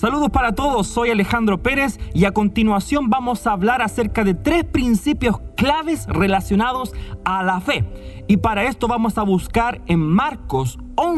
Saludos para todos, soy Alejandro Pérez y a continuación vamos a hablar acerca de 3 principios claves relacionados a la fe. Y para esto vamos a buscar en Marcos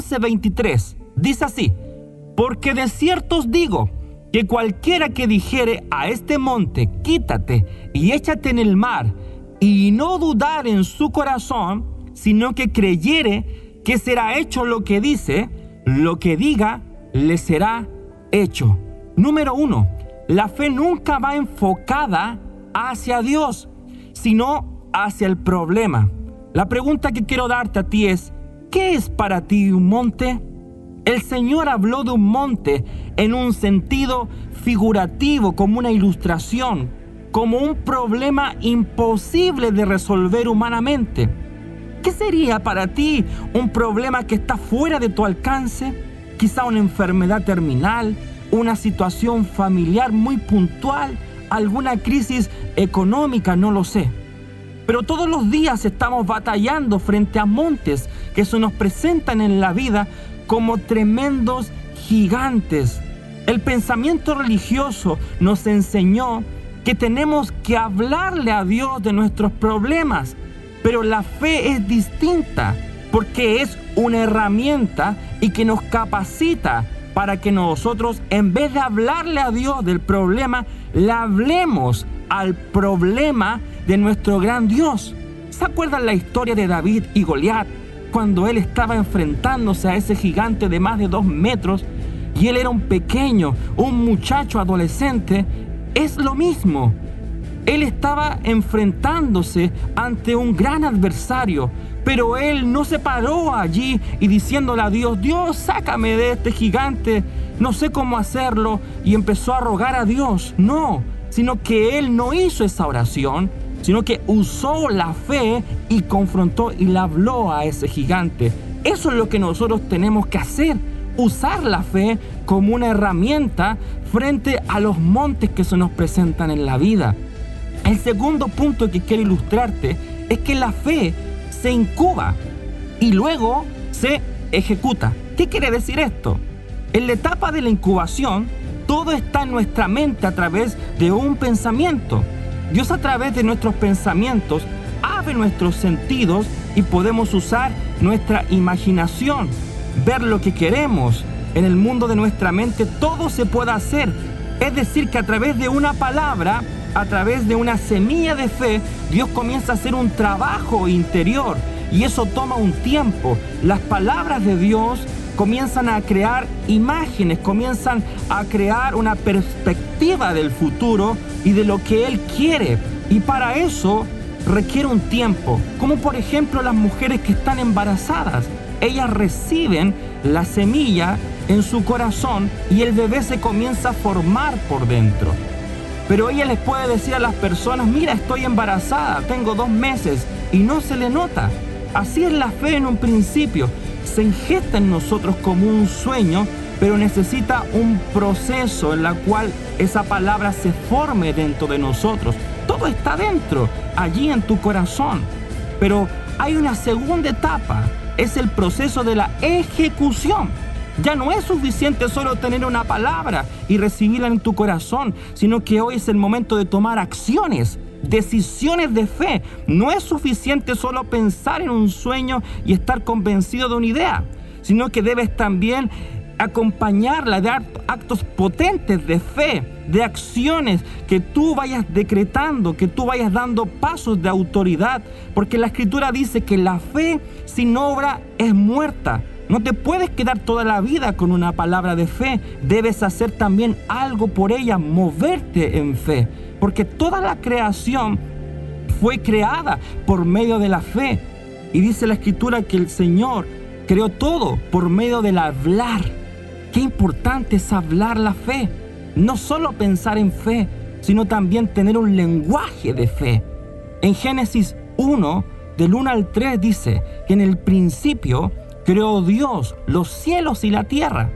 11:23. Dice así: porque de cierto os digo que cualquiera que dijere a este monte, quítate y échate en el mar, y no dudar en su corazón, sino que creyere que será hecho lo que dice, lo que diga le será hecho. Número 1. La fe nunca va enfocada hacia Dios, sino hacia el problema. La pregunta que quiero darte a ti es: ¿qué es para ti un monte? El Señor habló de un monte en un sentido figurativo, como una ilustración, como un problema imposible de resolver humanamente. ¿Qué sería para ti un problema que está fuera de tu alcance? Quizá una enfermedad terminal, una situación familiar muy puntual, alguna crisis económica, no lo sé. Pero todos los días estamos batallando frente a montes que se nos presentan en la vida como tremendos gigantes. El pensamiento religioso nos enseñó que tenemos que hablarle a Dios de nuestros problemas, pero la fe es distinta porque es una herramienta y que nos capacita para que nosotros, en vez de hablarle a Dios del problema, le hablemos al problema de nuestro gran Dios. ¿Se acuerdan la historia de David y Goliat? Cuando él estaba enfrentándose a ese gigante de más de 2 metros y él era un pequeño, un muchacho adolescente. Es lo mismo. Él estaba enfrentándose ante un gran adversario, pero él no se paró allí y diciéndole a Dios: Dios, sácame de este gigante, no sé cómo hacerlo, y empezó a rogar a Dios. No, sino que él no hizo esa oración, sino que usó la fe y confrontó y le habló a ese gigante. Eso es lo que nosotros tenemos que hacer: usar la fe como una herramienta frente a los montes que se nos presentan en la vida. El segundo punto que quiero ilustrarte es que la fe se incuba y luego se ejecuta. ¿Qué quiere decir esto? En la etapa de la incubación, todo está en nuestra mente a través de un pensamiento. Dios, a través de nuestros pensamientos, abre nuestros sentidos y podemos usar nuestra imaginación, ver lo que queremos. En el mundo de nuestra mente todo se puede hacer. Es decir, que a través de una palabra, a través de una semilla de fe, Dios comienza a hacer un trabajo interior y eso toma un tiempo. Las palabras de Dios comienzan a crear imágenes, comienzan a crear una perspectiva del futuro y de lo que Él quiere. Y para eso requiere un tiempo, como por ejemplo las mujeres que están embarazadas. Ellas reciben la semilla en su corazón y el bebé se comienza a formar por dentro. Pero ella les puede decir a las personas: mira, estoy embarazada, tengo 2 meses, y no se le nota. Así es la fe en un principio. Se ingesta en nosotros como un sueño, pero necesita un proceso en el cual esa palabra se forme dentro de nosotros. Todo está dentro, allí en tu corazón. Pero hay una segunda etapa, es el proceso de la ejecución. Ya no es suficiente solo tener una palabra y recibirla en tu corazón, sino que hoy es el momento de tomar acciones, decisiones de fe. No es suficiente solo pensar en un sueño y estar convencido de una idea, sino que debes también acompañarla de actos potentes de fe, de acciones que tú vayas decretando, que tú vayas dando pasos de autoridad, porque la Escritura dice que la fe sin obra es muerta. No te puedes quedar toda la vida con una palabra de fe. Debes hacer también algo por ella, moverte en fe. Porque toda la creación fue creada por medio de la fe. Y dice la Escritura que el Señor creó todo por medio del hablar. Qué importante es hablar la fe. No solo pensar en fe, sino también tener un lenguaje de fe. En Génesis 1, del 1 al 3 dice que en el principio creó Dios los cielos y la tierra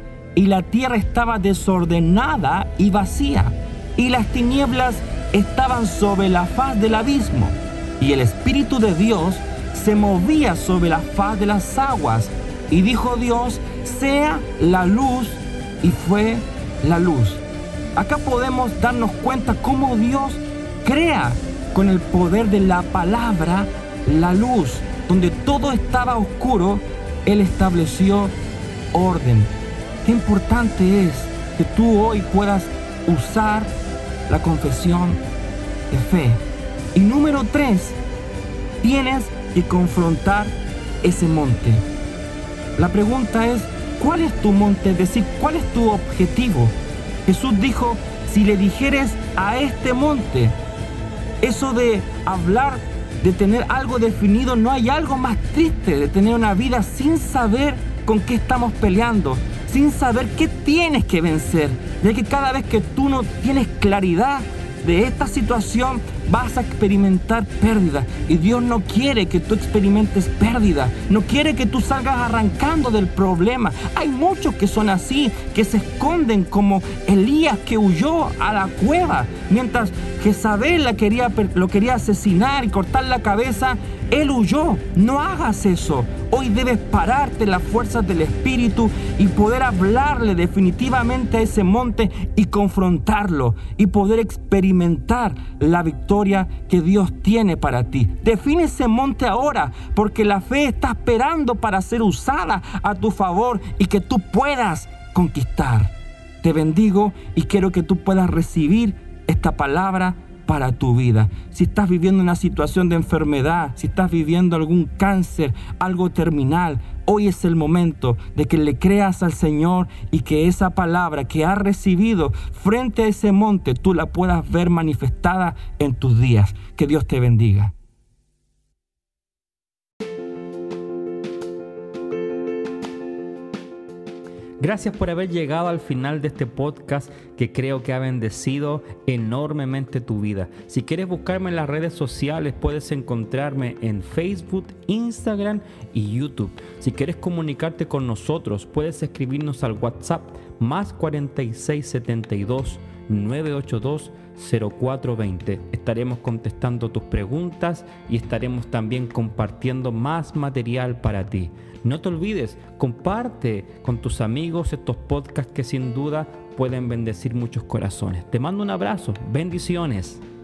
estaba desordenada y vacía, y las tinieblas estaban sobre la faz del abismo, y el Espíritu de Dios se movía sobre la faz de las aguas. Y dijo Dios: sea la luz, y fue la luz. Acá podemos darnos cuenta cómo Dios crea con el poder de la palabra la luz. Donde todo estaba oscuro, Él estableció orden. Qué importante es que tú hoy puedas usar la confesión de fe. Y número 3, tienes que confrontar ese monte. La pregunta es, ¿cuál es tu monte? Es decir, ¿cuál es tu objetivo? Jesús dijo, si le dijeres a este monte, eso de hablar, de tener algo definido, no hay algo más triste de tener una vida sin saber con qué estamos peleando, sin saber qué tienes que vencer, ya que cada vez que tú no tienes claridad de esta situación, vas a experimentar pérdida. Y Dios no quiere que tú experimentes pérdida. No quiere que tú salgas arrancando del problema. Hay muchos que son así, que se esconden como Elías, que huyó a la cueva. Mientras Jezabel lo quería asesinar y cortar la cabeza, él huyó. No hagas eso. Hoy debes pararte en las fuerzas del Espíritu y poder hablarle definitivamente a ese monte y confrontarlo y poder experimentar la victoria que Dios tiene para ti. Define ese monte ahora, porque la fe está esperando para ser usada a tu favor y que tú puedas conquistar. Te bendigo y quiero que tú puedas recibir esta palabra para tu vida. Si estás viviendo una situación de enfermedad, si estás viviendo algún cáncer, algo terminal, hoy es el momento de que le creas al Señor y que esa palabra que has recibido frente a ese monte, tú la puedas ver manifestada en tus días. Que Dios te bendiga. Gracias por haber llegado al final de este podcast que creo que ha bendecido enormemente tu vida. Si quieres buscarme en las redes sociales, puedes encontrarme en Facebook, Instagram y YouTube. Si quieres comunicarte con nosotros, puedes escribirnos al WhatsApp más 4672 982 0420. Estaremos contestando tus preguntas y estaremos también compartiendo más material para ti. No te olvides, comparte con tus amigos estos podcasts que sin duda pueden bendecir muchos corazones. Te mando un abrazo, bendiciones.